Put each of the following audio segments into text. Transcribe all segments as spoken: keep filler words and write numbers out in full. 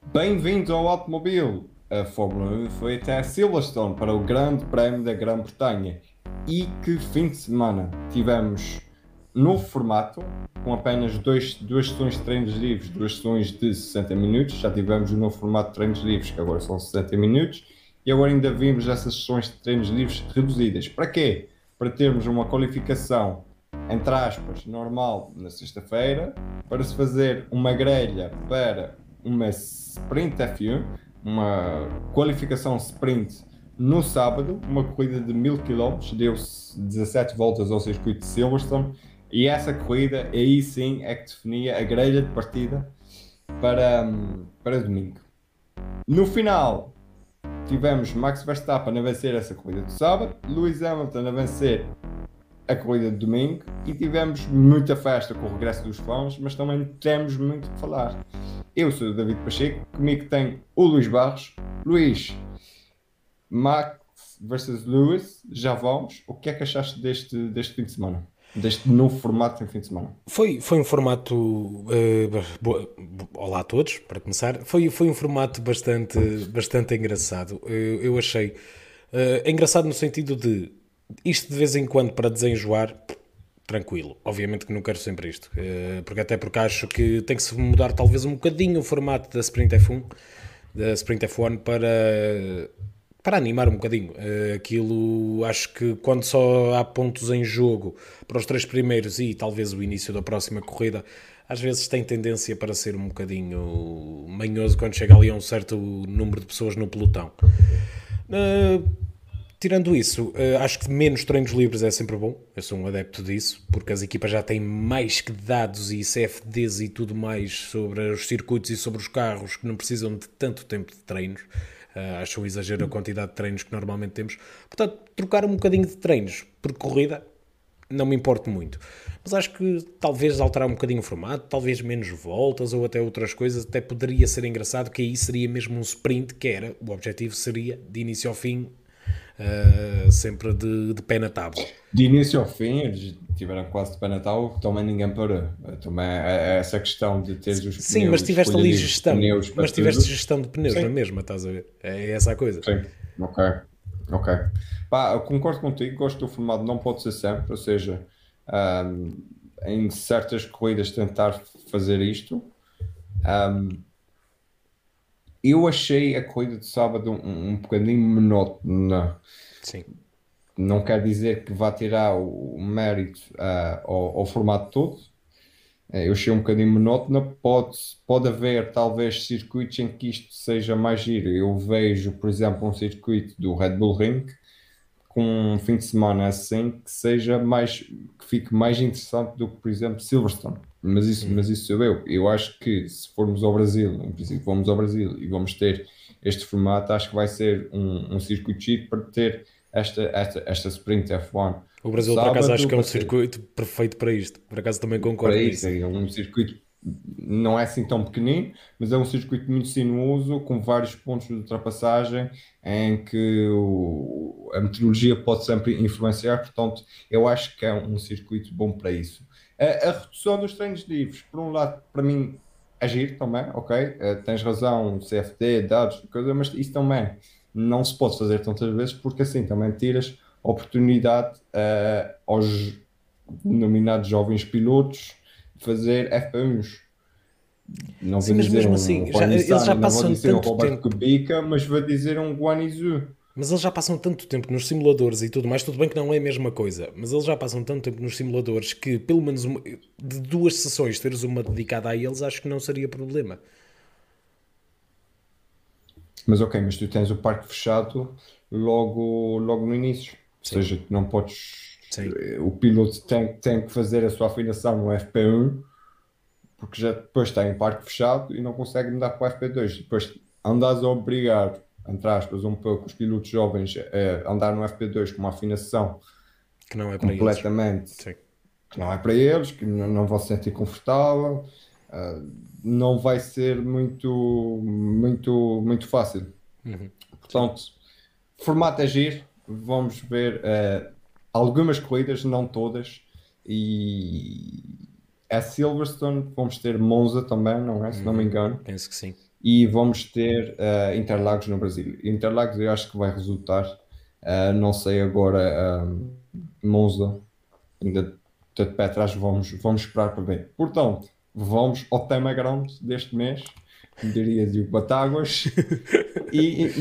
Bem-vindos ao automóvel! A Fórmula um foi até a Silverstone para o Grande Prémio da Grã-Bretanha. E que fim de semana! Tivemos novo formato, com apenas dois, duas sessões de treinos livres, duas sessões de sessenta minutos. Já tivemos o novo formato de treinos livres, que agora são sessenta minutos. E agora ainda vimos essas sessões de treinos livres reduzidas. Para quê? Para termos uma qualificação, entre aspas, normal na sexta-feira, para se fazer uma grelha para uma sprint F um, uma qualificação sprint no sábado, uma corrida de mil quilómetros, deu-se dezassete voltas ao circuito de Silverstone, e essa corrida aí sim é que definia a grelha de partida para, para domingo. No final, tivemos Max Verstappen a vencer essa corrida de sábado, Lewis Hamilton a vencer a corrida de domingo, e tivemos muita festa com o regresso dos fãs, mas também temos muito que falar. Eu sou o David Pacheco, comigo tem o Luís Barros. Luís, Max versus Lewis, já vamos. O que é que achaste deste, deste fim de semana? Deste novo formato de fim de semana? Foi, foi um formato. eh, boa- olá a todos, para começar. Foi, foi um formato bastante, bastante engraçado. Eu, eu achei. eh, engraçado no sentido de. Isto de vez em quando para desenjoar, tranquilo. Obviamente que não quero sempre isto. eh, porque até porque acho que tem que se mudar talvez um bocadinho o formato da Sprint F um, da Sprint F um para para animar um bocadinho. Eh, aquilo, acho que quando só há pontos em jogo para os três primeiros e talvez o início da próxima corrida, às vezes tem tendência para ser um bocadinho manhoso quando chega ali a um certo número de pessoas no pelotão. Eh, tirando isso, eh, acho que menos treinos livres é sempre bom. Eu sou um adepto disso, porque as equipas já têm mais que dados e C F Ds e tudo mais sobre os circuitos e sobre os carros que não precisam de tanto tempo de treinos. Uh, acho um exagero a quantidade de treinos que normalmente temos. Portanto, trocar um bocadinho de treinos por corrida não me importa muito. Mas acho que talvez alterar um bocadinho o formato, talvez menos voltas ou até outras coisas, até poderia ser engraçado, que aí seria mesmo um sprint, que era, o objetivo seria, de início ao fim, uh, sempre de, de pé na tábua. De início ao fim, eles tiveram quase de pé Natal, também ninguém parou. Também é- é essa questão de teres os Sim, mas pneus, tiveste escolha ali livre de gestão. pneus para Mas tiveste tudo. gestão de pneus na Sim, mesma, estás a ver? É essa a coisa. sim, ok, ok. Pá, eu concordo contigo, gosto do formato, não pode ser sempre, ou seja, ahm, em certas corridas tentar fazer isto. Ahm, eu achei a corrida de sábado um, um bocadinho monótona. Sim. Não quer dizer que vá tirar o, o mérito ah, ao, ao formato todo. Eh, Eu achei um bocadinho monótona. Pode, pode haver talvez circuitos em que isto seja mais giro. Eu vejo, por exemplo, um circuito do Red Bull Ring com um fim de semana assim que seja mais, que fique mais interessante do que, por exemplo, Silverstone. Mas isso, mas isso sou eu. Eu acho que se formos ao Brasil, em princípio vamos ao Brasil e vamos ter este formato, acho que vai ser um, um circuito giro para ter esta, esta, esta Sprint F um O no Brasil, por acaso, acho sábado, que é um para ter circuito perfeito para isto. Por acaso também para concordo isso, nisso. é um circuito não é assim tão pequenino, mas é um circuito muito sinuoso, com vários pontos de ultrapassagem, em que o- a meteorologia pode sempre influenciar, portanto, eu acho que é um circuito bom para isso. A, a redução dos treinos livres, por um lado, para mim, é giro também, ok? Eh, tens razão, C F D, dados, coisa, mas isso também não se pode fazer tantas vezes, porque assim também tiras oportunidade eh, aos denominados jovens pilotos fazer F uns. Não Sim, vou mas dizer mesmo um assim, já, Juan eles já Nissan, não vou passam dizer um tanto Roberto tempo. Kubica, mas vou dizer um Guan Yu. Mas eles já passam tanto tempo nos simuladores e tudo mais, tudo bem que não é a mesma coisa, mas eles já passam tanto tempo nos simuladores que pelo menos uma- de duas sessões teres uma dedicada a eles, acho que não seria problema. Mas ok, mas tu tens o parque fechado logo, logo no início. Ou Sim, seja, tu não podes. sim. O piloto tem, tem que fazer a sua afinação no F P um, porque já depois está em parque fechado e não consegue mudar para o F P dois. Depois andas a obrigar, entre aspas, um pouco os pilotos jovens a andar no F P dois com uma afinação Que não é para eles. completamente Sim. que não é para eles, que não, não vão se sentir confortável, ah, não vai ser muito, muito, muito fácil. Sim. Portanto, formato é giro, vamos ver ah, algumas corridas, não todas, e a Silverstone, vamos ter Monza também, não é? Se não me engano. Penso que sim. e vamos ter uh, Interlagos no Brasil. Interlagos eu acho que vai resultar, uh, não sei agora, uh, Monza, ainda de pé atrás, vamos, vamos esperar para ver. Portanto, vamos ao tema grande deste mês, como diria Diogo Batáguas, e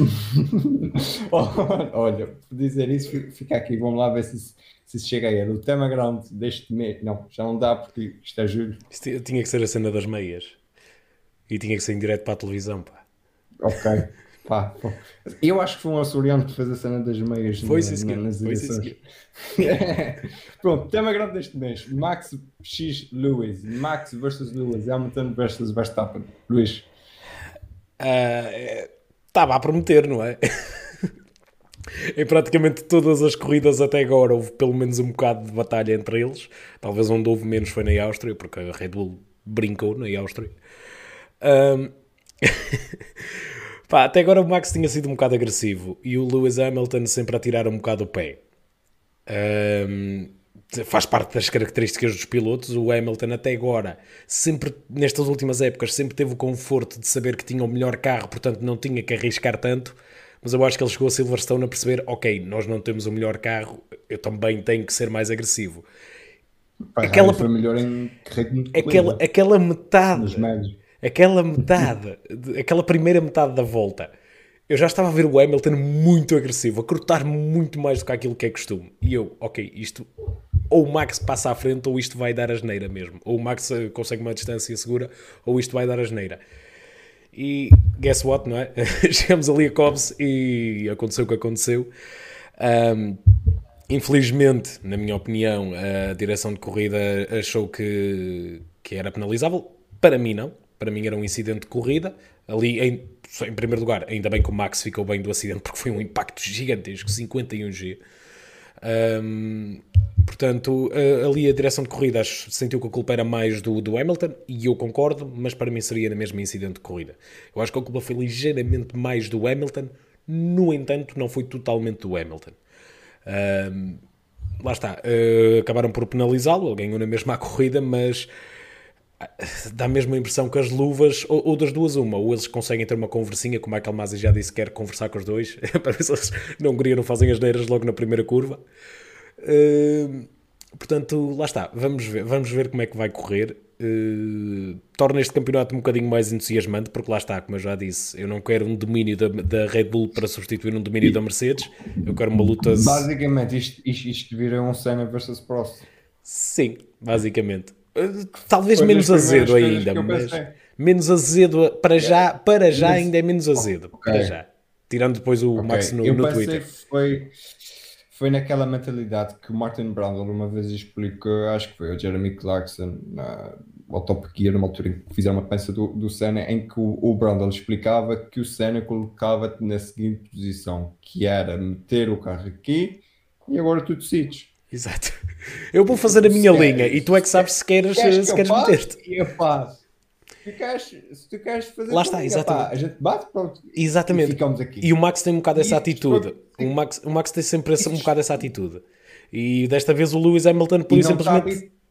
olha, por dizer isso, fica aqui, vamos lá ver se, se isso chega aí. O tema grande deste mês, não, já não dá porque isto é julho. Isto tinha que ser a cena das meias. E tinha que ser em direto para a televisão, pá. Ok, pá, pô. Eu acho que foi um açoriano que fez a cena das meias Foi na- sim, na- senhor. nas Foi sim, eleições. senhor. Pronto, tema grande deste mês: Max X Lewis, Max versus Lewis, Hamilton versus Verstappen. Luís, Estava a prometer, não é? Em praticamente todas as corridas até agora houve pelo menos um bocado de batalha entre eles. Talvez onde houve menos foi na Áustria, porque a Red Bull brincou na Áustria. Ahm, Pá, até agora o Max tinha sido um bocado agressivo e o Lewis Hamilton sempre a tirar um bocado o pé. Ahm, Faz parte das características dos pilotos. O Hamilton até agora, sempre nestas últimas épocas, sempre teve o conforto de saber que tinha o melhor carro, portanto não tinha que arriscar tanto. Mas eu acho que ele chegou a Silverstone a perceber: ok, nós não temos o melhor carro, eu também tenho que ser mais agressivo. Ferrari Aquela, foi melhor em ritmo de aquela, corrida, aquela nos metade, médios. aquela metade, aquela primeira metade da volta, eu já estava a ver o Hamilton muito agressivo, a cortar muito mais do que aquilo que é costume. E eu, ok, isto ou o Max passa à frente ou isto vai dar asneira mesmo. Ou o Max eh, consegue uma distância segura ou isto vai dar asneira. E guess what, não é? Chegamos ali a Cobbs e aconteceu o que aconteceu. Um, Infelizmente, na minha opinião, a direção de corrida achou que, que era penalizável. Para mim, não. Para mim, era um incidente de corrida. Ali, em, em primeiro lugar, ainda bem que o Max ficou bem do acidente, porque foi um impacto gigantesco, cinquenta e um G. Um, portanto, ali a direção de corrida sentiu que a culpa era mais do, do Hamilton, e eu concordo, mas para mim seria na mesma incidente de corrida. Eu acho que a culpa foi ligeiramente mais do Hamilton, no entanto, não foi totalmente do Hamilton. Um, Lá está, uh, acabaram por penalizá-lo, ele ganhou na mesma corrida, mas dá mesmo a impressão que as luvas, ou, ou das duas uma, ou eles conseguem ter uma conversinha, como o Michael Masi já disse que quer conversar com os dois, para ver se eles não queriam, não fazem as neiras logo na primeira curva. Uh, portanto, lá está, vamos ver, vamos ver como é que vai correr. Uh, torna este campeonato um bocadinho mais entusiasmante, porque lá está, como eu já disse, eu não quero um domínio da, da Red Bull para substituir um domínio da E Mercedes, eu quero uma luta. basicamente isto, isto, isto vira um Senna versus Prost. Sim, basicamente. Uh, talvez Foi das menos primeiras azedo coisas ainda, que eu mas pensei. menos azedo para já, para já Mas, ainda é menos azedo, ok, para já. Tirando depois o Max ok. no, Eu no pensei Twitter. foi, foi naquela mentalidade que o Martin Brundle uma vez explicou, acho que foi o Jeremy Clarkson, na, ao Top Gear, numa altura em que fizeram uma peça do, do Senna, em que o, o Brundle explicava que o Senna colocava-te na seguinte posição, que era meter o carro aqui e agora tu decides. Exato. Eu vou fazer a Se minha linha quer- e tu é que se sabes quer- se queres, queres que se eu queres passe, meter-te. eu passo. Se tu queres, se tu queres fazer Lá tua está, linha, pá, exatamente. a gente bate, pronto, e Exatamente. ficamos E o aqui. Max tem um bocado essa E se for atitude. O Max, o Max tem sempre essa- um isso, bocado essa atitude. E desta vez o Lewis Hamilton, por e e não está simplesmente. habi-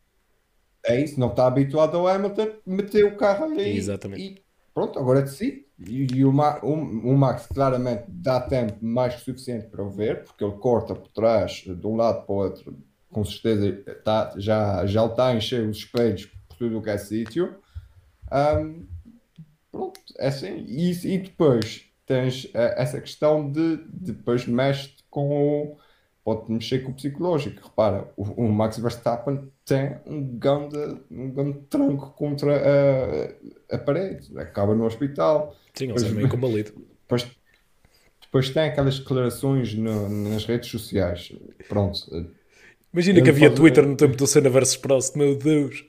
é isso, não está habituado ao Hamilton, meteu o carro ali Exatamente. e pronto, agora decide. E, e o, Ma- o, o Max claramente dá tempo mais que suficiente para o ver, porque ele corta por trás, de um lado para o outro, com certeza tá, já, já está a encher os espelhos por tudo o que é sítio. Ahm, Pronto, é assim. E, e depois tens eh, essa questão de depois mexe com o. Pode mexer com o psicológico. Repara, o, o Max Verstappen tem um grande, um grande tranco contra a, a parede, acaba no hospital. Sim, ele Depois, sai meio combalido. depois, depois tem aquelas declarações no- nas redes sociais. Pronto, Imagina que ele havia faz. Twitter no tempo do Senna versus Prost, meu Deus.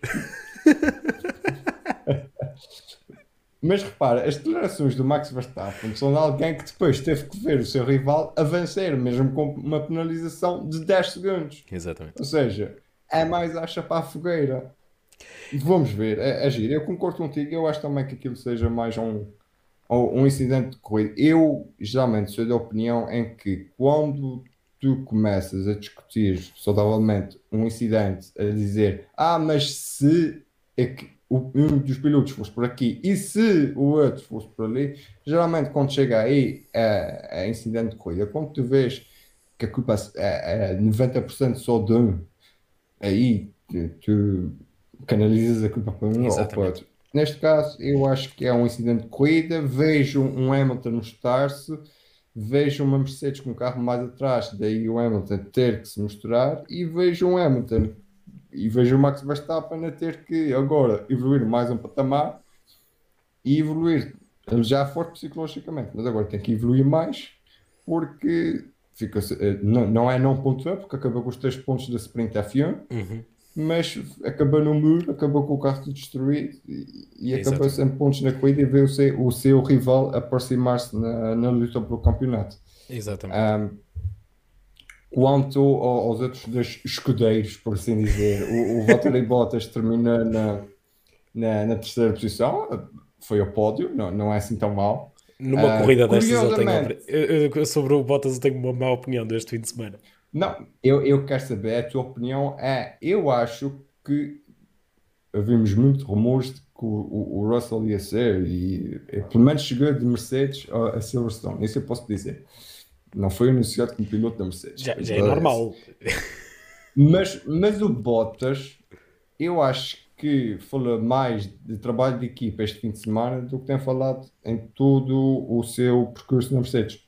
Mas repara, as declarações do Max Verstappen são de alguém que depois teve que ver o seu rival a vencer, mesmo com uma penalização de dez segundos. Exatamente. Ou seja, é mais a chapar a fogueira. Vamos ver, é, é giro. Eu concordo contigo, eu acho também que aquilo seja mais um, um incidente de corrida. Eu geralmente sou da opinião em que quando tu começas a discutir saudavelmente um incidente, a dizer, ah, mas se. É que o- um dos pilotos fosse por aqui e se o outro fosse por ali, geralmente quando chega aí é, é incidente de corrida. Quando tu vês que a culpa é, é noventa por cento só de um, aí tu, tu canalizas a culpa para um ou para Exatamente. outro. Neste caso, eu acho que é um incidente de corrida. Vejo um Hamilton mostrar-se, vejo uma Mercedes com um carro mais atrás, daí o Hamilton ter que se mostrar, e vejo um Hamilton e vejo o Max Verstappen a ter que agora evoluir mais um patamar e evoluir. Ele já é forte psicologicamente, mas agora tem que evoluir mais porque fica, não, não é não pontuar, porque acabou com os três pontos da Sprint F um, Uhum. mas acabou no muro, acabou com o carro todo destruído e, e acabou Exatamente. sem pontos na corrida e vê o seu, o seu rival aproximar-se na, na luta pelo campeonato. Exatamente. Ahm, quanto ao- aos outros dois escudeiros, por assim dizer, o, o Valtteri Bottas termina na, na, na terceira posição, foi ao pódio, não, não é assim tão mal. Numa Ah, corrida destas, ele tem. curiosamente, eu- eu- Sobre o Bottas, eu tenho uma má opinião deste fim de semana. não, eu, eu quero saber, a tua opinião é, eu acho que ouvimos muito rumores de que o, o, o Russell ia ser, e eh, pelo menos chegou de Mercedes a, a Silverstone, isso eu posso dizer. Não foi anunciado como piloto da Mercedes, Já, a já é verdade é essa. normal. Mas, mas o Bottas, eu acho que falou mais de trabalho de equipa este fim de semana do que tem falado em todo o seu percurso na Mercedes.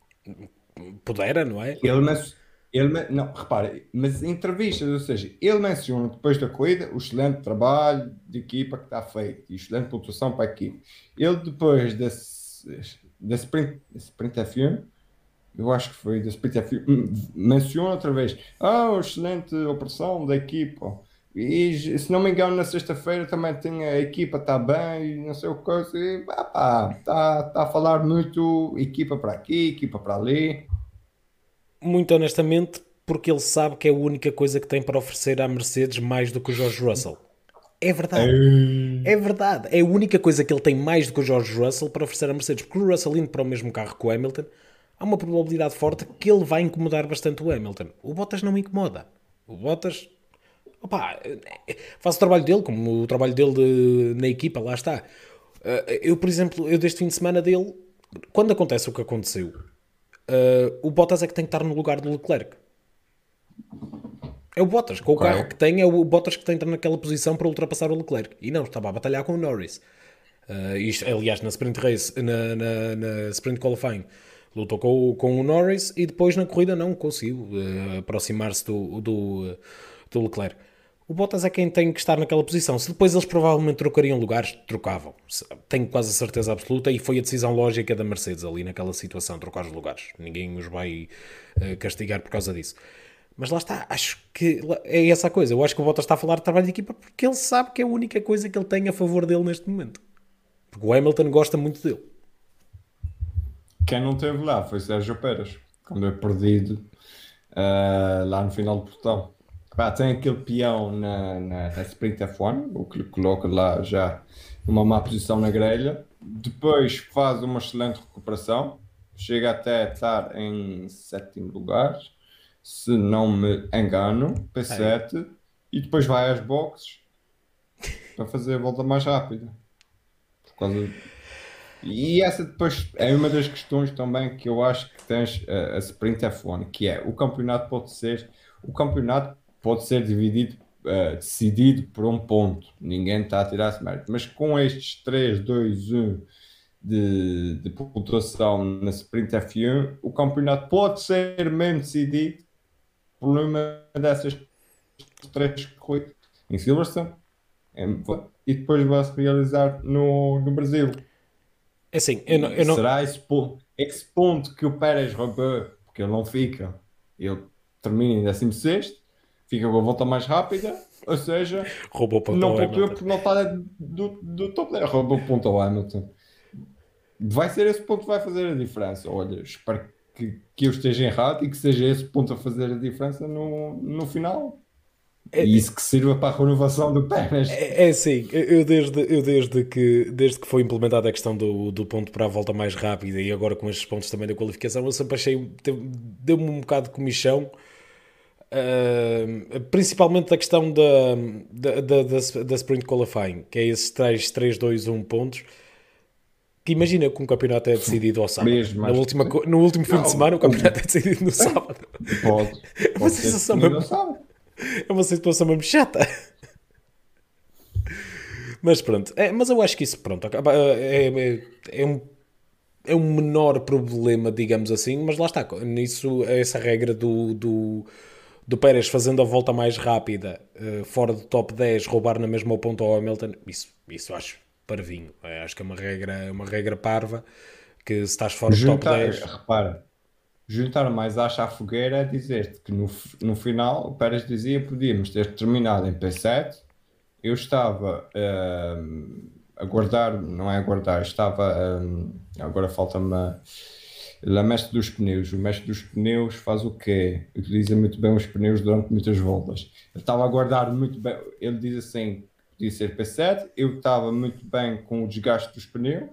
Pudera, não é? Ele, men- ele men- não, repara, mas em entrevistas, ou seja, ele menciona depois da corrida o excelente trabalho de equipa que está feito e excelente pontuação para a equipe. Ele depois desse, da sprint, da sprint F um, eu acho que foi da sprint F um, hum, menciona outra vez, ah, a excelente operação da equipa. E se não me engano, na sexta-feira também tem a equipa está bem, e não sei o que, coisa, e, ah, pá, está tá a falar muito equipa para aqui, equipa para ali. Muito honestamente, porque ele sabe que é a única coisa que tem para oferecer à Mercedes mais do que o George Russell. É verdade. Ei. É verdade. É a única coisa que ele tem mais do que o George Russell para oferecer à Mercedes. Porque o Russell indo para o mesmo carro que o Hamilton, há uma probabilidade forte que ele vai incomodar bastante o Hamilton. O Bottas não incomoda. O Bottas, opá, faz o trabalho dele, como o trabalho dele de- na equipa, lá está. Uh, Eu, por exemplo, eu deste fim de semana dele, quando acontece o que aconteceu, uh, o Bottas é que tem que estar no lugar do Leclerc. É o Bottas, com o Ok. carro que tem, é o Bottas que tem que estar naquela posição para ultrapassar o Leclerc. E não, estava a batalhar com o Norris. Uh, isto, aliás, na sprint race, na, na, na sprint qualifying, lutou com, o- com o Norris e depois na corrida não conseguiu uh, aproximar-se do, do, do Leclerc. O Bottas é quem tem que estar naquela posição. Se depois eles provavelmente trocariam lugares, trocavam. Tenho quase a certeza absoluta e foi a decisão lógica da Mercedes ali naquela situação, trocar os lugares. Ninguém os vai uh, castigar por causa disso. Mas lá está, acho que é essa a coisa. Eu acho que o Bottas está a falar de trabalho de equipa porque ele sabe que é a única coisa que ele tem a favor dele neste momento. Porque o Hamilton gosta muito dele. Quem não esteve lá foi Sérgio Pérez, quando é perdido ah, lá no final do portão. Pá, tem aquele peão na, na, na Sprint F um, o que lhe coloca lá já numa má posição na grelha. Depois faz uma excelente recuperação, chega até a estar em sétimo lugar, se não me engano, É. P sete, e depois vai às boxes para fazer a volta mais rápida. Por causa E essa depois é uma das questões também que eu acho que tens a, a Sprint F um, que é o campeonato pode ser, o campeonato pode ser dividido, eh, decidido por um ponto. Ninguém está a tirar-se mérito. Mas com estes três dois um de, de pontuação na Sprint F um, o campeonato pode ser mesmo decidido por uma dessas três corridas em Silverstone em- e depois vai-se realizar no, no Brasil. É assim, eu não, E eu não, será esse ponto, esse ponto que o Pérez roubou, porque ele não fica, ele termina em décimo sexto, fica com a volta mais rápida, ou seja, roubou ponto não ao pontua Hamilton. porque não está do, do top dez, roubou ponto ao Hamilton. Vai ser esse ponto que vai fazer a diferença. Olha, espero que, que eu esteja errado e que seja esse ponto a fazer a diferença no, no final. E É, isso que sirva para a renovação do Pérez. é, é assim, eu desde, eu desde, que, desde que foi implementada a questão do, do ponto para a volta mais rápida e agora com estes pontos também da qualificação, eu sempre achei, teve- deu-me um bocado de comichão Uh, principalmente a questão da, da, da, da, da Sprint Qualifying, que é esses três, três, dois, um pontos. Que imagina que um campeonato é decidido ao sábado. Mesmo, Na mas última, no último fim de semana, não, o campeonato é decidido no sábado. pode, É uma pode ser sensação definido ao mesmo, sábado. é uma situação mesmo chata. Mas pronto, é, mas eu acho que isso, pronto, acaba- é, é, é um, é um menor problema, digamos assim, mas lá está, nisso, essa regra do, do, do Pérez fazendo a volta mais rápida, eh, fora do top dez, roubar na mesma ponta ao Hamilton, isso, isso acho parvinho. É, acho que é uma regra, uma regra parva, que se estás fora do top Juntar, dez. repara, juntar mais acha à fogueira é dizer-te que no, f- no final o Pérez dizia podíamos ter terminado em P sete. Eu estava ahm, a guardar, não é a guardar, estava ahm, agora falta-me a, a mestre dos pneus. O mestre dos pneus faz o quê? Utiliza muito bem os pneus durante muitas voltas. Eu estava a guardar muito bem, ele diz assim, podia ser P sete, eu estava muito bem com o desgaste dos pneus.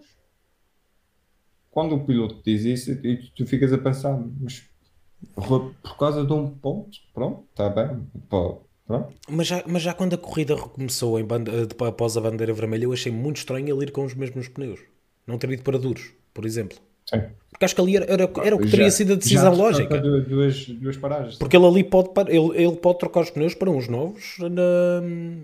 Quando o piloto diz isso, e tu, tu ficas a pensar, mas por por causa de um ponto, pronto, está bem, pô, pronto. Mas já, mas já quando a corrida recomeçou em bande- eh, depois- após a bandeira vermelha, eu achei muito estranho ele ir com os mesmos pneus. Não ter ido para duros, por exemplo. Sim. Porque acho que ali era, era, era o que teria Já, sido a já decisão troca para lógica. du- duas, duas paragens, sim. Porque ele ali pode, par- ele, ele pode trocar os pneus para uns novos na,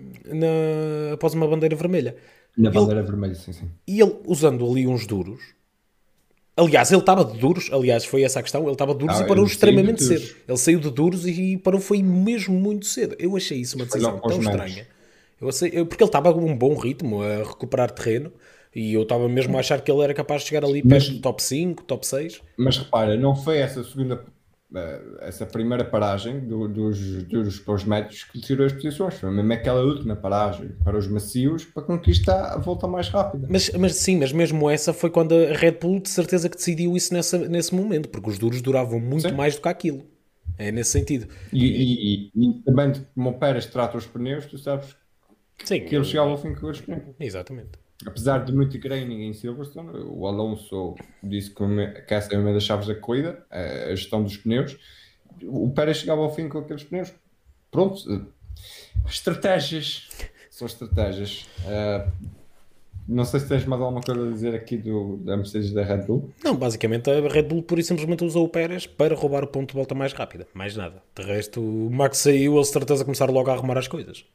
na- após uma bandeira vermelha. Na Ele, bandeira vermelha, sim, sim. e ele usando ali uns duros. Aliás, ele estava de duros. Aliás, foi essa a questão. Ele estava de duros e Ah, parou ele saiu de extremamente cedo. todos. Ele saiu de duros e parou foi mesmo muito cedo. Eu achei isso uma Foi logo decisão para os tão médios. estranha. Eu achei- eu- porque ele estava a um bom ritmo a recuperar terreno e eu estava mesmo a achar que ele era capaz de chegar ali Mas, perto do top cinco, top seis. mas repara, não foi essa segunda, eh, essa primeira paragem do- dos duros para os médios que lhe tirou as posições. Foi mesmo aquela última paragem para os macios para conquistar a volta mais rápida. Mas, mas sim, mas mesmo essa foi quando a Red Bull de certeza que decidiu isso nessa, nesse momento, porque os duros duravam muito Sim. mais do que aquilo. É nesse sentido. E, e, e, e também, como o Pérez trata os pneus, tu sabes Sim, que ele chegava eu- ao fim com os pneus. exatamente. Apesar de muito graining em Silverstone, o Alonso disse que uma- que essa é uma das chaves da corrida, a a gestão dos pneus. O Pérez chegava ao fim com aqueles pneus. Pronto, eh, estratégias. São estratégias. Eh, não sei se tens mais alguma coisa a dizer aqui do, da Mercedes e da Red Bull. Não, basicamente a Red Bull pura e simplesmente usou o Pérez para roubar o ponto de volta mais rápida. Mais nada. De resto, o Max saiu, eles de certeza começaram logo a arrumar as coisas.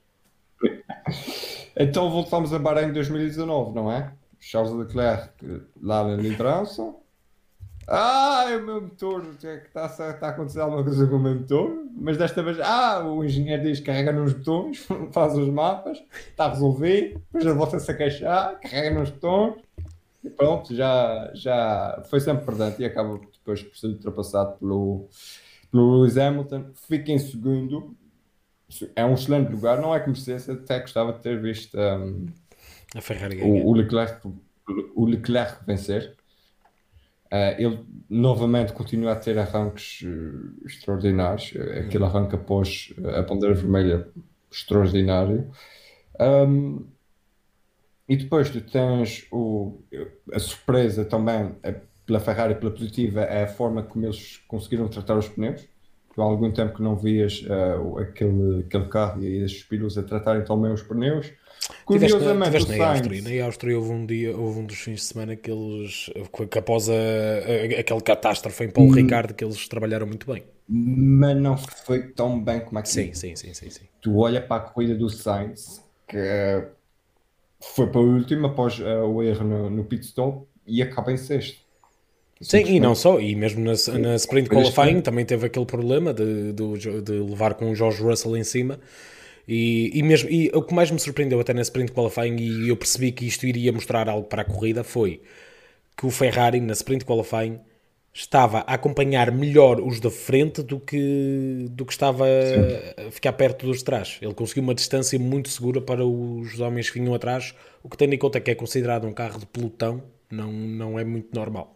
Então voltamos a Bahrein em dois mil e dezanove, não é? Charles Leclerc eh, lá na liderança. Ah, é o meu motor, é que está a, está a acontecer alguma coisa com o meu motor, mas desta vez, ah, o engenheiro diz carrega nos botões, faz os mapas, está a resolver, depois ele volta-se a queixar, carrega nos botões, e pronto, já, já foi sempre perdente e acaba depois por ser ultrapassado pelo, pelo Lewis Hamilton, fica em segundo, é um excelente lugar, não é que merecesse, até gostava de ter visto um, A Ferrari ganha. o, o Leclerc, o Leclerc vencer. Uh, ele novamente continua a ter arranques uh, extraordinários. Uh, aquele arranque após uh, a bandeira vermelha, extraordinário. Um, e depois tu tens o, a surpresa também uh, pela Ferrari, pela positiva, é a forma como eles conseguiram tratar os pneus. Tu há algum tempo que não vias uh, aquele, aquele carro e esses pilotos a tratarem tão bem os pneus. Tiveste, na, Curiosamente, o tiveste na Áustria. Sainz. Na Áustria houve um dia, houve um dos fins de semana que eles, que após a, a, aquele catástrofe em Paulo hum, Ricardo, que eles trabalharam muito bem. Mas não foi tão bem como Sim, aquilo. sim, sim, sim, sim. Tu olha para a corrida do Sainz, que eh, foi para o último após eh, o erro no, no pit stop e acaba em sexto. Sim, e não Simplesmente só, e mesmo na, na Sprint foi Qualifying excelente. também teve aquele problema de, de, de levar com o George Russell em cima. E, e, mesmo, e o que mais me surpreendeu até na Sprint Qualifying, e eu percebi que isto iria mostrar algo para a corrida, foi que o Ferrari na Sprint Qualifying estava a acompanhar melhor os da frente do que, do que estava Sim. a ficar perto dos de trás. Ele conseguiu uma distância muito segura para os homens que vinham atrás, o que tendo em conta que é considerado um carro de pelotão, não, não é muito normal.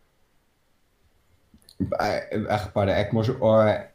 É, é, repara, é como os- ó, é,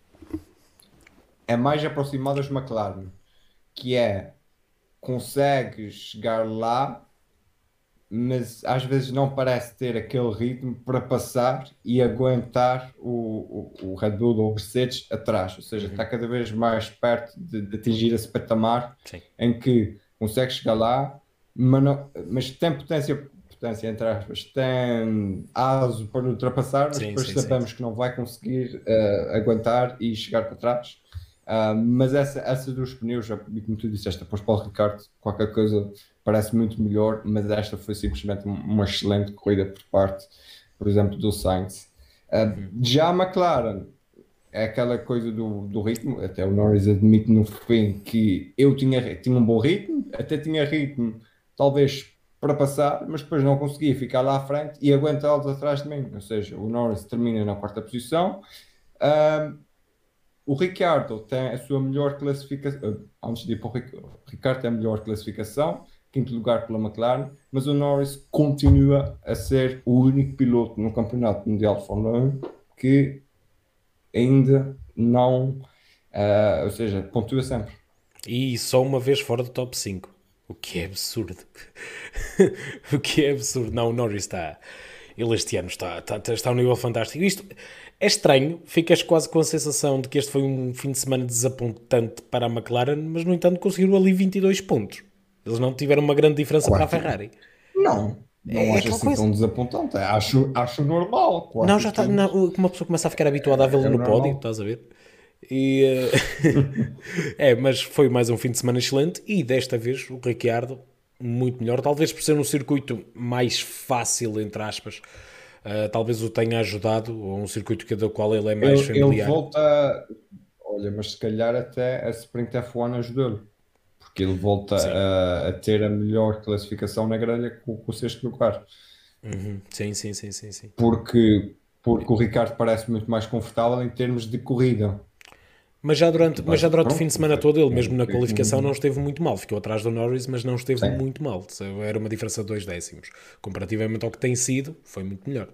é mais aproximado das McLaren, que é consegue chegar lá, mas às vezes não parece ter aquele ritmo para passar e aguentar o, o, o Red Bull ou o Mercedes atrás, ou seja, está cada vez mais perto de, de atingir esse patamar Sim. em que consegue chegar lá, mas, não- mas tem potência, potência entre aspas, tem aso para ultrapassar, mas Sim, depois sim, sim. sabemos que não vai conseguir eh, aguentar e chegar para trás. Ah, mas essa, essa dos pneus, já- e como tu disseste, depois para o Ricardo, qualquer coisa parece muito melhor, mas esta foi simplesmente um- uma excelente corrida por parte, por exemplo, do Sainz. Ah, já a McLaren é aquela coisa do, do ritmo, até o Norris admite no fim que eu tinha, ri- tinha um bom ritmo, até tinha ritmo, talvez para passar, mas depois não conseguia ficar lá à frente e aguentá-los atrás de mim. Ou seja, o Norris termina na quarta posição. Ah, o Ricardo tem a sua melhor classificação. Antes de ir para o Ric- o Ricardo tem a melhor classificação, quinto lugar pela McLaren, mas o Norris continua a ser o único piloto no Campeonato Mundial de Fórmula um que ainda não, ah, ou seja, pontua sempre. E só uma vez fora do top cinco. O que é absurdo. O que é absurdo. Não, o Norris está. Ele este ano está, está, está a um nível fantástico. Isto é estranho. Ficas quase com a sensação de que este foi um fim de semana desapontante para a McLaren, mas no entanto conseguiram ali vinte e dois pontos. Eles não tiveram uma grande diferença para a Quarto. Ferrari. Não, não É, é acho aquela assim coisa. tão desapontante. Acho, acho normal, Não, quarto e já está. quinto. Não, uma pessoa começa a ficar habituada a vê-lo É no pódio, normal. estás a ver? E, eh, é, mas foi mais um fim de semana excelente e desta vez o Ricciardo muito melhor, talvez por ser um circuito mais fácil, entre aspas, eh, talvez o tenha ajudado, ou um circuito que- do qual ele é mais Ele, ele familiar. volta, olha, mas se calhar até a Sprint F um ajudou-lhe, porque ele volta Sim, a, a ter a melhor classificação na grelha com, com o sexto lugar. sim, sim, sim, sim, sim. Porque, porque o Ricardo parece muito mais confortável em termos de corrida. Mas já Porque durante, tu mas já vais, durante o fim pronto, de tu semana vais, todo, ele mesmo tu na tens qualificação não um- esteve muito mal. Ficou atrás do Norris, mas não esteve sim, muito mal. Era uma diferença de dois décimos. Comparativamente ao que tem sido, foi muito melhor.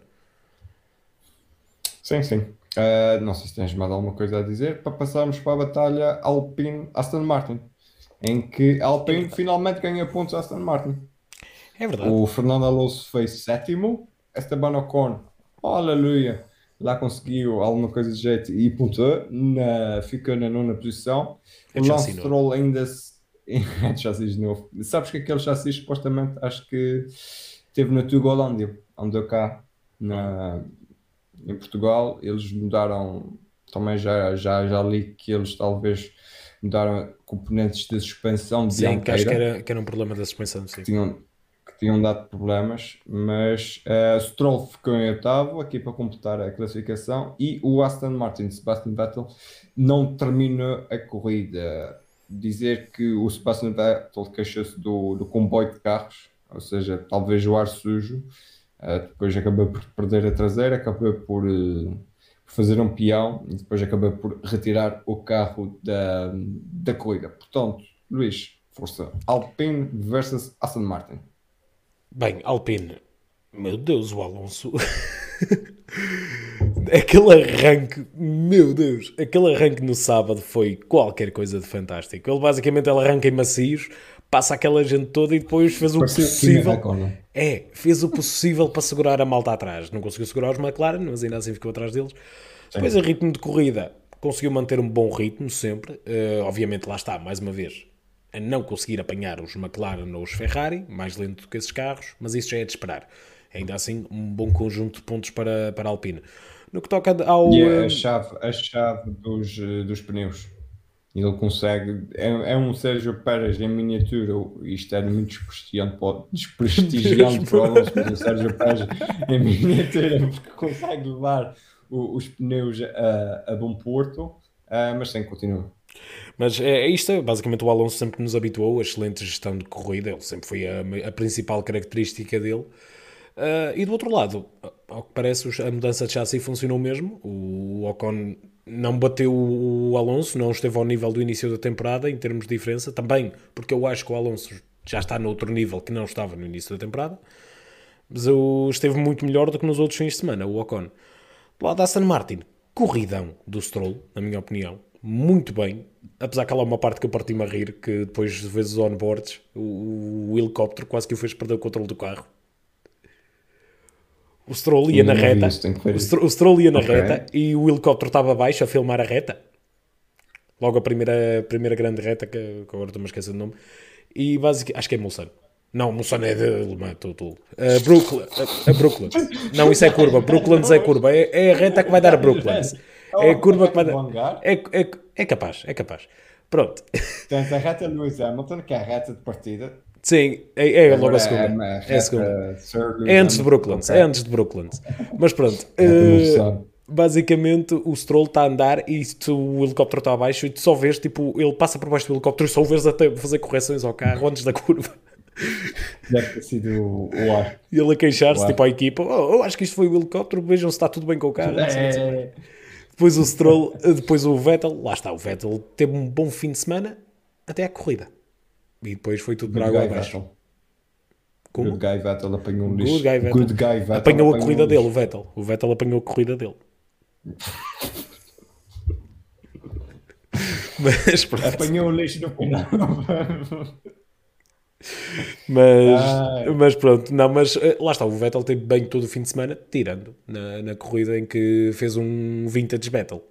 sim, sim. Ah, não sei se tens mais alguma coisa a dizer para passarmos para a batalha Alpine-Aston Martin, em que a É Alpine verdade. finalmente ganha pontos a Aston Martin. É verdade. O Fernando Alonso fez sétimo, Esteban Ocon, aleluia, lá conseguiu alguma coisa de jeito e pontuou, na, ficou na nona posição. É O de chassi Lance novo. Stroll ainda se... é de chassis novo. Sabes que aquele chassis supostamente acho que teve na Tugolândia, andou cá na, em Portugal, eles mudaram, também já, já, já li que eles talvez mudaram componentes de suspensão Sim, que acho que dianteira era, que era um problema da suspensão, que sim. tinham, que tinham dado problemas, mas eh, Stroll ficou em oitavo aqui para completar a classificação e o Aston Martin, Sebastian Vettel, não terminou a corrida. Dizer que o Sebastian Vettel queixou-se do, do comboio de carros, ou seja, talvez o ar sujo, eh, depois acabou por perder a traseira, acabou por, eh, por fazer um peão e depois acabou por retirar o carro da, da corrida. Portanto, Luís, força. Alpine versus Aston Martin. Bem, Alpine. Meu Deus, o Alonso. Aquele arranque, meu Deus, aquele arranque no sábado foi qualquer coisa de fantástico. Ele basicamente ele arranca em macios, passa aquela gente toda e depois fez o Parecia que tinha possível. Raikkonen. É, fez o possível para segurar a malta atrás. Não conseguiu segurar os McLaren, mas ainda assim ficou atrás deles. Depois, a Sim. ritmo de corrida, conseguiu manter um bom ritmo sempre. Eh, obviamente, lá está, mais uma vez, a não conseguir apanhar os McLaren ou os Ferrari, mais lento do que esses carros, mas isso já é de esperar. Ainda assim, um bom conjunto de pontos para, para a Alpine. No que toca E ao. é a eh, chave, a chave dos, eh, dos pneus. Ele consegue. É, é um Sérgio Pérez em miniatura. Isto é muito desprestigiante para, o- desprestigiante mesmo. para o Alonso, mas o Sérgio Pérez em miniatura, porque consegue levar o- os pneus a, a bom porto, ah, mas sem continua. Mas é, é isto, basicamente o Alonso sempre nos habituou a excelente gestão de corrida, ele sempre foi a, a principal característica dele. Ah, e do outro lado, ao que parece, os- a mudança de chassi funcionou mesmo. O Ocon não bateu o Alonso, não esteve ao nível do início da temporada em termos de diferença. Também porque eu acho que o Alonso já está noutro nível que não estava no início da temporada. Mas eu, esteve muito melhor do que nos outros fins de semana, o Ocon. Do lado da Aston Martin, corridão do Stroll, na minha opinião. Muito bem. Apesar que há lá uma parte que eu parti-me a rir, que depois de vezes os onboards, o, o helicóptero quase que o fez perder o controle do carro. O Stroll ia Ainda na não vi reta, isso, tenho que ver o isso. Stroll, o Stroll ia na Ok. reta e o helicóptero estava abaixo a filmar a reta. Logo a primeira, primeira grande reta, que, que agora estou-me a esquecer do nome. E basicamente, acho que é Mulsanne. Não, Mulsanne é de Le Mans, tu, tu. A Brooklyn, a, a Brooklands. Não, isso é curva. Brooklands é curva. É, é a reta que vai dar a Brooklands. É a Oh, a curva que vai reta do dar. hangar. É, é, é capaz, é capaz. Pronto. Tens a reta Lewis Hamilton, que é a reta de partida. Sim, é, é logo a Agora é segunda. a É a segunda. reta Sir É Lewis antes de Hamilton. Brooklands. Ok. É antes de Brooklands. Mas pronto. A reta eh, Mulsanne. basicamente, o Stroll está a andar e tu, o helicóptero está abaixo e tu só vês, tipo, ele passa por baixo do helicóptero e só o vês até fazer correções ao carro antes da curva. Deve ter sido o, o ar. E ele a queixar-se, O tipo, ar. à equipa: oh, eu acho que isto foi o helicóptero, vejam se está tudo bem com o carro. Não sei o que, não sei o quê. É. Depois o Stroll, depois o Vettel, lá está, o Vettel teve um bom fim de semana até à corrida. E depois foi tudo por Good água Guy abaixo. Vettel. Good Como? Guy Vettel apanhou um Good lixo. guy Vettel. Good Guy Vettel Apanhou a apanhou corrida um dele, o lixo. Vettel. O Vettel apanhou a corrida dele. Mas pronto. Apanhou o lixo no final. Mas, Ai. mas pronto, não, mas eh, lá está, o Vettel teve bem todo o fim de semana, tirando na, na corrida em que fez um vintage battle.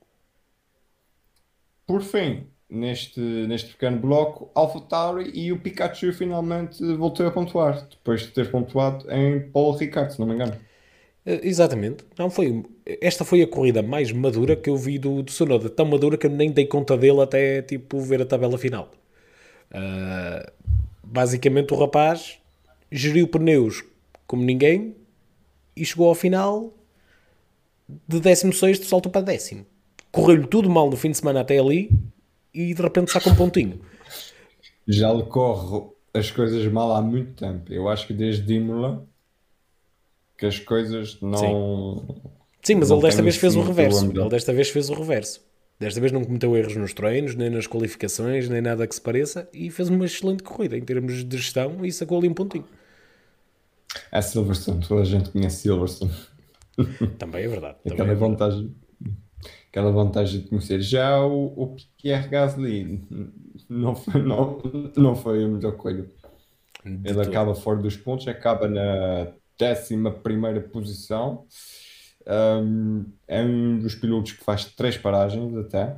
Por fim, neste, neste pequeno bloco, AlphaTauri e o Pikachu finalmente voltou a pontuar, depois de ter pontuado em Paul Ricard, se não me engano. Eh, Exatamente. Não foi, esta foi a corrida mais madura que eu vi do, do Tsunoda. Tão madura que eu nem dei conta dele até tipo ver a tabela final. Ah, basicamente o rapaz geriu pneus como ninguém e chegou ao final de décimo sexto saltou para décimo. Correu-lhe tudo mal no fim de semana até ali e de repente saca um pontinho. Já lhe corre as coisas mal há muito tempo. Eu acho que desde Imola que as coisas Sim. não, Sim, mas não ele desta têm vez fez o muito reverso. a Ele melhor. desta vez fez o reverso. Desta vez não cometeu erros nos treinos, nem nas qualificações, nem nada que se pareça e fez uma excelente corrida em termos de gestão e sacou ali um pontinho. É Silverstone, toda a gente conhece Silverstone. Também é verdade. Também Aquela é verdade. vantagem, aquela vantagem de conhecer. Já o, o Pierre Gasly não foi, não, não foi a melhor coisa. De Ele todo. acaba fora dos pontos, acaba na décima primeira posição. Um, é um dos pilotos que faz três paragens até.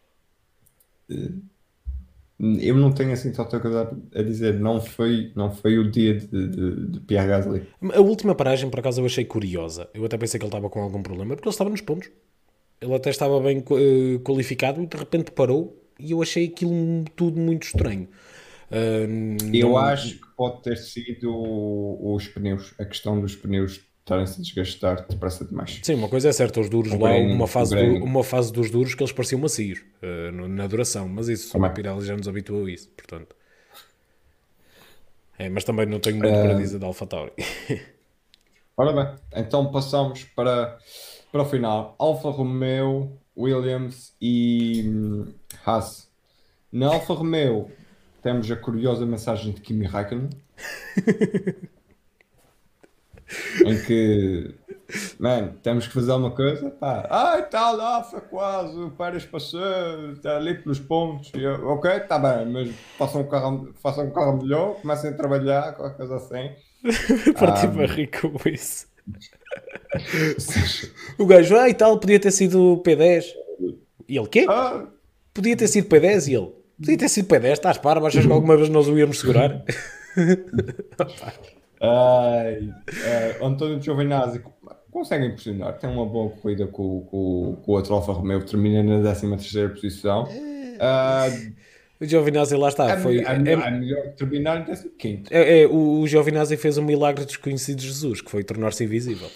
Eu não tenho assim tanta coisa a dizer. Não foi, não foi o dia de, de, de Pierre Gasly. A última paragem, por acaso, eu achei curiosa. Eu até pensei que ele estava com algum problema, porque ele estava nos pontos. Ele até estava bem eh, qualificado e de repente parou e eu achei aquilo tudo muito estranho. Ah, Eu não, acho que pode ter sido o- os pneus, a questão dos pneus estarem-se a desgastar depressa demais. sim, uma coisa é certa, os duros O lá, graining, uma o fase, do- graining uma fase dos duros que eles pareciam macios eh, no- na duração, mas isso a também. Pirelli já nos habituou a isso, portanto. É, mas também não tenho muito para dizer da AlphaTauri. Ora bem, então passamos para, para o final. Alfa Romeo, Williams e hum, Haas. Na Alfa Romeo temos a curiosa mensagem de Kimi Raikkonen, em que, man, temos que fazer uma coisa, pá. Ai, tal, Alfa, quase, o Pérez passou, está ali pelos pontos. E eu, ok, está bem, mas façam um carro, façam um carro melhor, comecem a trabalhar, qualquer coisa assim. Parti Ah, para rir com isso. O gajo, ah, e tal, podia ter sido P dez. E ele, quê? ah, Podia ter sido P dez? E ele, podia ter sido P dez, estás para, achas que alguma vez nós o íamos segurar? ai, ah, António Giovinazzi consegue impressionar, tem uma boa corrida com, com, com o outro Alfa Romeo, termina na décima terceira posição. Ah, O Giovinazzi lá está, a, foi... melhor, a, É, melhor, a melhor terminar em décimo quinto. é, é, o, o Giovinazzi fez um milagre desconhecido de Jesus, que foi tornar-se invisível.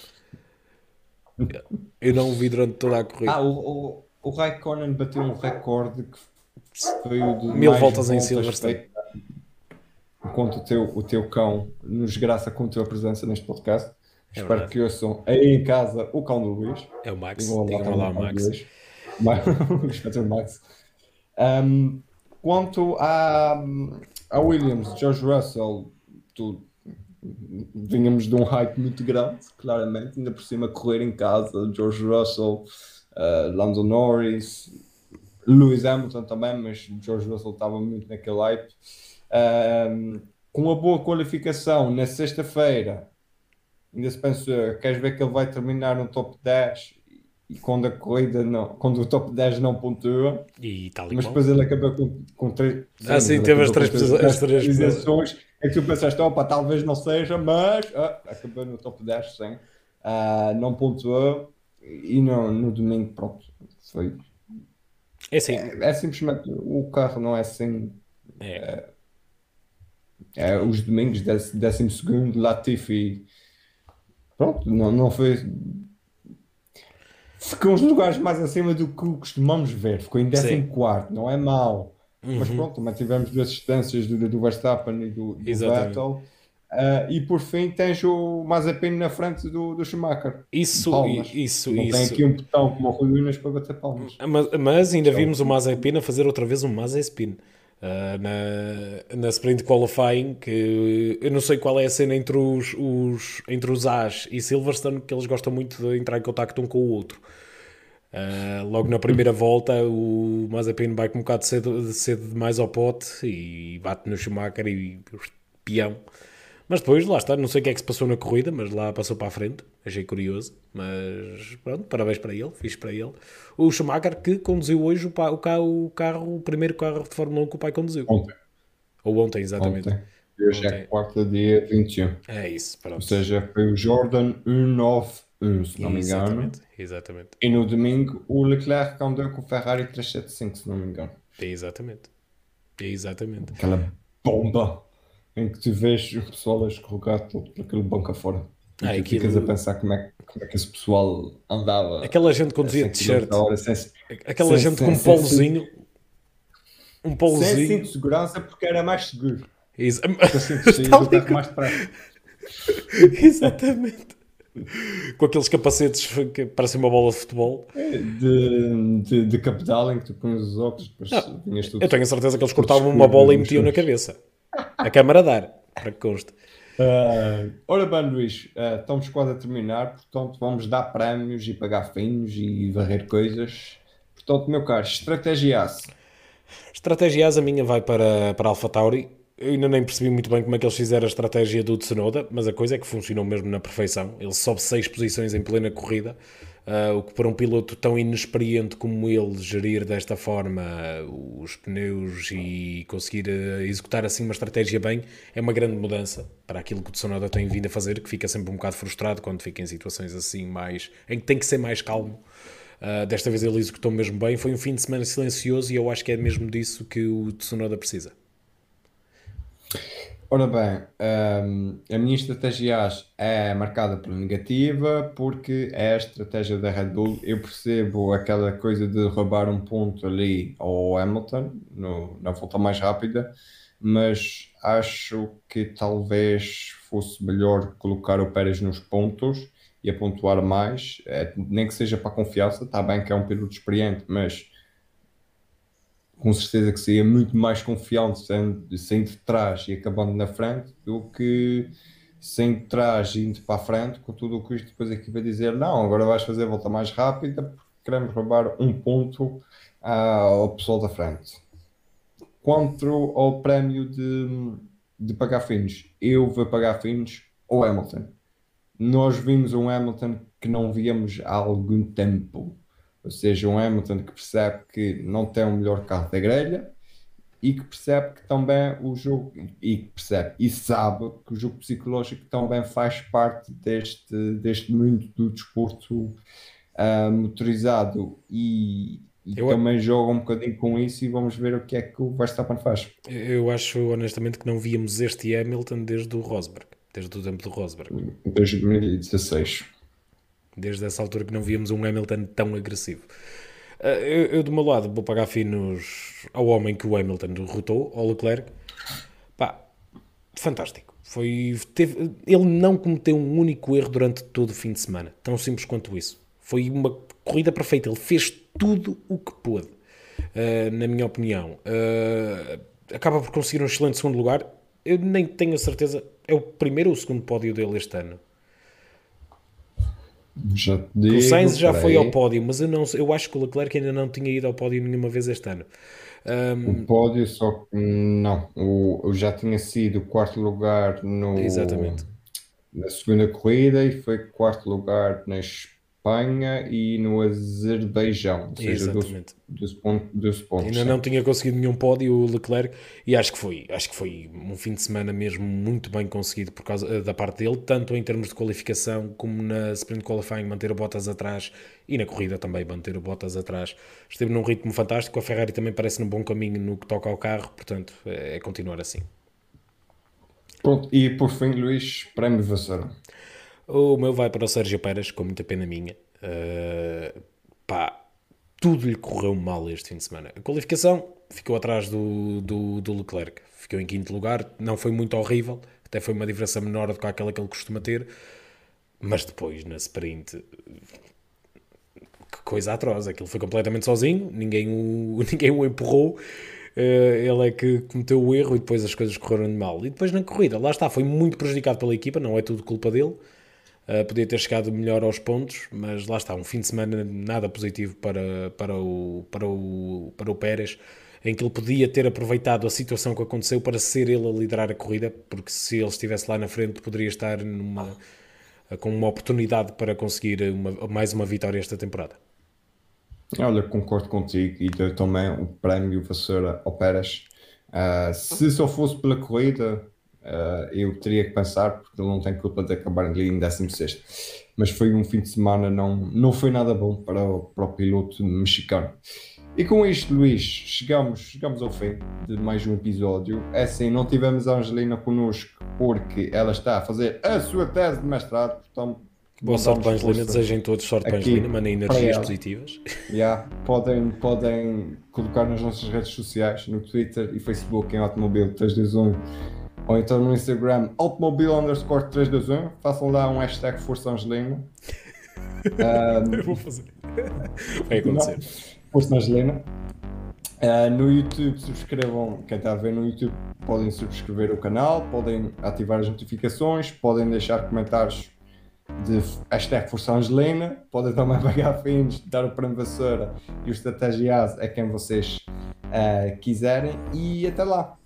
Eu não o vi durante toda a corrida. Ah, o, o, o Raikkonen bateu um recorde que foi o de Mil mais voltas em voltas Silverstone. feitas, enquanto o teu, o teu cão nos graça com a tua presença neste podcast. É Espero verdade. que ouçam aí em casa o cão do Luís. É o Max. Digam olá Digam lá também ao ao cão do Max. Luís. Mas- o inspetor Max. Um, quanto à, à Williams, George Russell, tu, vínhamos de um hype muito grande, claramente, ainda por cima correr em casa, George Russell, uh, Lando Norris, Lewis Hamilton também, mas George Russell estava muito naquele hype. Um, com uma boa qualificação na sexta-feira, ainda se pensa, queres ver que ele vai terminar no top dez e quando a corrida não, quando o top dez não pontua, E tal e mas qual. depois ele acaba com, com três, Ah, sim, mas sim, ele teve as acabou com três, três, as três três penalizações, é que tu pensaste, opa, talvez não seja, mas ah, acabou no top dez, sim. Ah, não pontuou e no, no domingo, pronto, foi. É assim, É, é simplesmente o carro não é assim. é. É, os domingos, décimo, décimo segundo, Latifi, pronto, não, não foi. Ficou uns lugares mais acima do que costumamos ver. Ficou em Sim. décimo quarto, não é mau. Mas Uhum. pronto, também tivemos duas distâncias do, do Verstappen e do, do Exatamente. Vettel. Ah, e por fim tens o Mazepin na frente do, do Schumacher. Isso, Palmas. i- isso, Não tem aqui isso. um botão como o Rui Unas para bater palmas. Mas, mas ainda Isto é o- vimos o Mazepin a fazer outra vez um Mazepin. Ah, na, na Sprint Qualifying, que eu não sei qual é a cena entre os, os, entre os As e Silverstone, que eles gostam muito de entrar em contacto um com o outro. Ah, logo na primeira volta, o Mazepin vai com um bocado cedo, cedo demais ao pote e bate no Schumacher e peão. Mas depois, lá está, não sei o que é que se passou na corrida, mas lá passou para a frente. Achei curioso, mas pronto, parabéns para ele, fiz para ele. O Schumacher que conduziu hoje o, pa- o carro, o carro, o primeiro carro de Fórmula um que o pai conduziu. Ontem. Ou ontem, exatamente. Ontem. E hoje é Ontem. quarta, dia vinte e um. É isso, Ou pronto. seja, foi o Jordan cento e noventa e um, se não me engano. Exatamente, exatamente. E no domingo o Leclerc andou com o Ferrari trezentos e setenta e cinco, se não me engano. Exatamente. Exatamente. Aquela bomba em que tu vês o pessoal a escorregar todo por aquele banco afora. E Ah, tu ficas a aquilo. pensar como é, como é que esse pessoal andava Aquela gente a conduzia de cem quilómetros a t-shirt. hora sem, Aquela sem, gente com sem, um sem, sem, polozinho. Um sem cinto polozinho. de segurança porque era mais seguro. Ex- Porque assim tu saías do Tal e carro qual. mais depressa. Exatamente. Com aqueles capacetes que parecem uma bola de futebol. De, de, de capital em que tu pões os óculos, depois Não, vinhas tudo, eu tenho a certeza que eles tudo cortavam uma escuro bola e nos metiam na chutes. cabeça. A câmara dar, para que conste. Ah, ora bem, Luís, ah, estamos quase a terminar, portanto vamos dar prémios e pagar finos e varrer coisas. Portanto, meu caro, estratégia-se. Estratégia A minha vai para, para AlphaTauri. Eu ainda nem percebi muito bem como é que eles fizeram a estratégia do Tsunoda, mas a coisa é que funcionou mesmo na perfeição. Ele sobe seis posições em plena corrida, uh, o que para um piloto tão inexperiente como ele gerir desta forma uh, os pneus e conseguir uh, executar assim uma estratégia bem é uma grande mudança para aquilo que o Tsunoda tem vindo a fazer, que fica sempre um bocado frustrado quando fica em situações assim mais em que tem que ser mais calmo. Uh, desta vez ele executou mesmo bem. Foi um fim de semana silencioso e eu acho que é mesmo disso que o Tsunoda precisa. Ora bem, ahm, a minha estratégia AS é marcada pela negativa porque é a estratégia da Red Bull. Eu percebo aquela coisa de roubar um ponto ali ao Hamilton no- na volta mais rápida, mas acho que talvez fosse melhor colocar o Pérez nos pontos e a pontuar mais, eh, nem que seja para a confiança. Está bem que é um piloto experiente, mas com certeza que seria muito mais confiante saindo, saindo de trás e acabando na frente do que saindo de trás e indo para a frente, com tudo o que isto depois aqui vai dizer, não, agora vais fazer a volta mais rápida porque queremos roubar um ponto ah, ao pessoal da frente. Quanto ao prémio de, de pagar finos, eu vou pagar finos ao Hamilton. Nós vimos um Hamilton que não víamos há algum tempo. Ou seja, um Hamilton que percebe que não tem o melhor carro da grelha e que percebe que também o jogo e que percebe e sabe que o jogo psicológico também faz parte deste, deste mundo do desporto ah, motorizado e, e Eu, também joga um bocadinho com isso e vamos ver o que é que o Verstappen faz. eu acho honestamente que não víamos este Hamilton desde o Rosberg, desde o tempo do Rosberg. Em dois mil e dezasseis. Desde essa altura que não víamos um Hamilton tão agressivo. Uh, Eu, eu, do meu lado, vou pagar finos ao homem que o Hamilton derrotou, ao Leclerc. Pá, fantástico. Foi, teve, ele não cometeu um único erro durante todo o fim de semana. Tão simples quanto isso. Foi uma corrida perfeita. Ele fez tudo o que pôde, uh, na minha opinião. Uh, acaba por conseguir um excelente segundo lugar. Eu nem tenho a certeza. É o primeiro ou o segundo pódio dele este ano. Já te Que o Sainz digo, já foi ao peraí. pódio, mas eu, não, eu acho que o Leclerc ainda não tinha ido ao pódio nenhuma vez este ano. O Um, pódio, só que não. O, eu já tinha sido quarto lugar no, exatamente. na segunda corrida e foi quarto lugar na Espanha e no Azerbaijão, ou seja, doze, Exatamente. doze pontos, doze pontos, Ainda sim. não tinha conseguido nenhum pódio o Leclerc e acho que foi, acho que foi um fim de semana mesmo muito bem conseguido por causa da parte dele, tanto em termos de qualificação como na sprint qualifying manter o Bottas atrás e na corrida também manter o Bottas atrás. Esteve num ritmo fantástico, a Ferrari também parece num bom caminho no que toca ao carro, portanto é, é continuar assim. Pronto, e por fim, Luís, prémio de vassoura. O meu vai para o Sérgio Pérez, com muita pena minha. Uh, pá, tudo lhe correu mal este fim de semana. A qualificação ficou atrás do, do, do Leclerc. Ficou em quinto lugar. Não foi muito horrível. Até foi uma diferença menor do que aquela que ele costuma ter. Mas depois, na sprint, que coisa atroz. Aquilo foi completamente sozinho. Ninguém o, ninguém o empurrou. Uh, ele é que cometeu o erro e depois as coisas correram de mal. E depois na corrida, lá está, foi muito prejudicado pela equipa. Não é tudo culpa dele. Uh, podia ter chegado melhor aos pontos, mas lá está, um fim de semana nada positivo para, para, o, para, o, para o Pérez, em que ele podia ter aproveitado a situação que aconteceu para ser ele a liderar a corrida, porque se ele estivesse lá na frente poderia estar numa, com uma oportunidade para conseguir uma, mais uma vitória esta temporada. Olha, concordo contigo e dou também o prémio vassoura ao Pérez. Ah, se só fosse pela corrida, ah, eu teria que pensar, porque ele não tem culpa de acabar ali em décimo sexto. Mas foi um fim de semana, não, não foi nada bom para o, para o piloto mexicano. E com isto, Luís, chegamos, chegamos ao fim de mais um episódio. É assim, não tivemos a Angelina connosco porque ela está a fazer a sua tese de mestrado, portanto, Boa sorte para a mandamos Angelina, força desejem todos sorte para a aqui Angelina, mandem para energias ela. positivas. Yeah, podem, podem colocar nas nossas redes sociais, no Twitter e Facebook em Automobile três dois um ou então no Instagram Automobile underscore três dois um. Façam lá um hashtag Força Angelina. Eu vou fazer. Vai acontecer. Força Angelina. Uh, no YouTube, subscrevam. Quem está a ver no YouTube, podem subscrever o canal, podem ativar as notificações, podem deixar comentários de hashtag Força Angelina, podem também pagar fins, dar o prémio vassoura e o estratégias a quem vocês uh, quiserem, e até lá.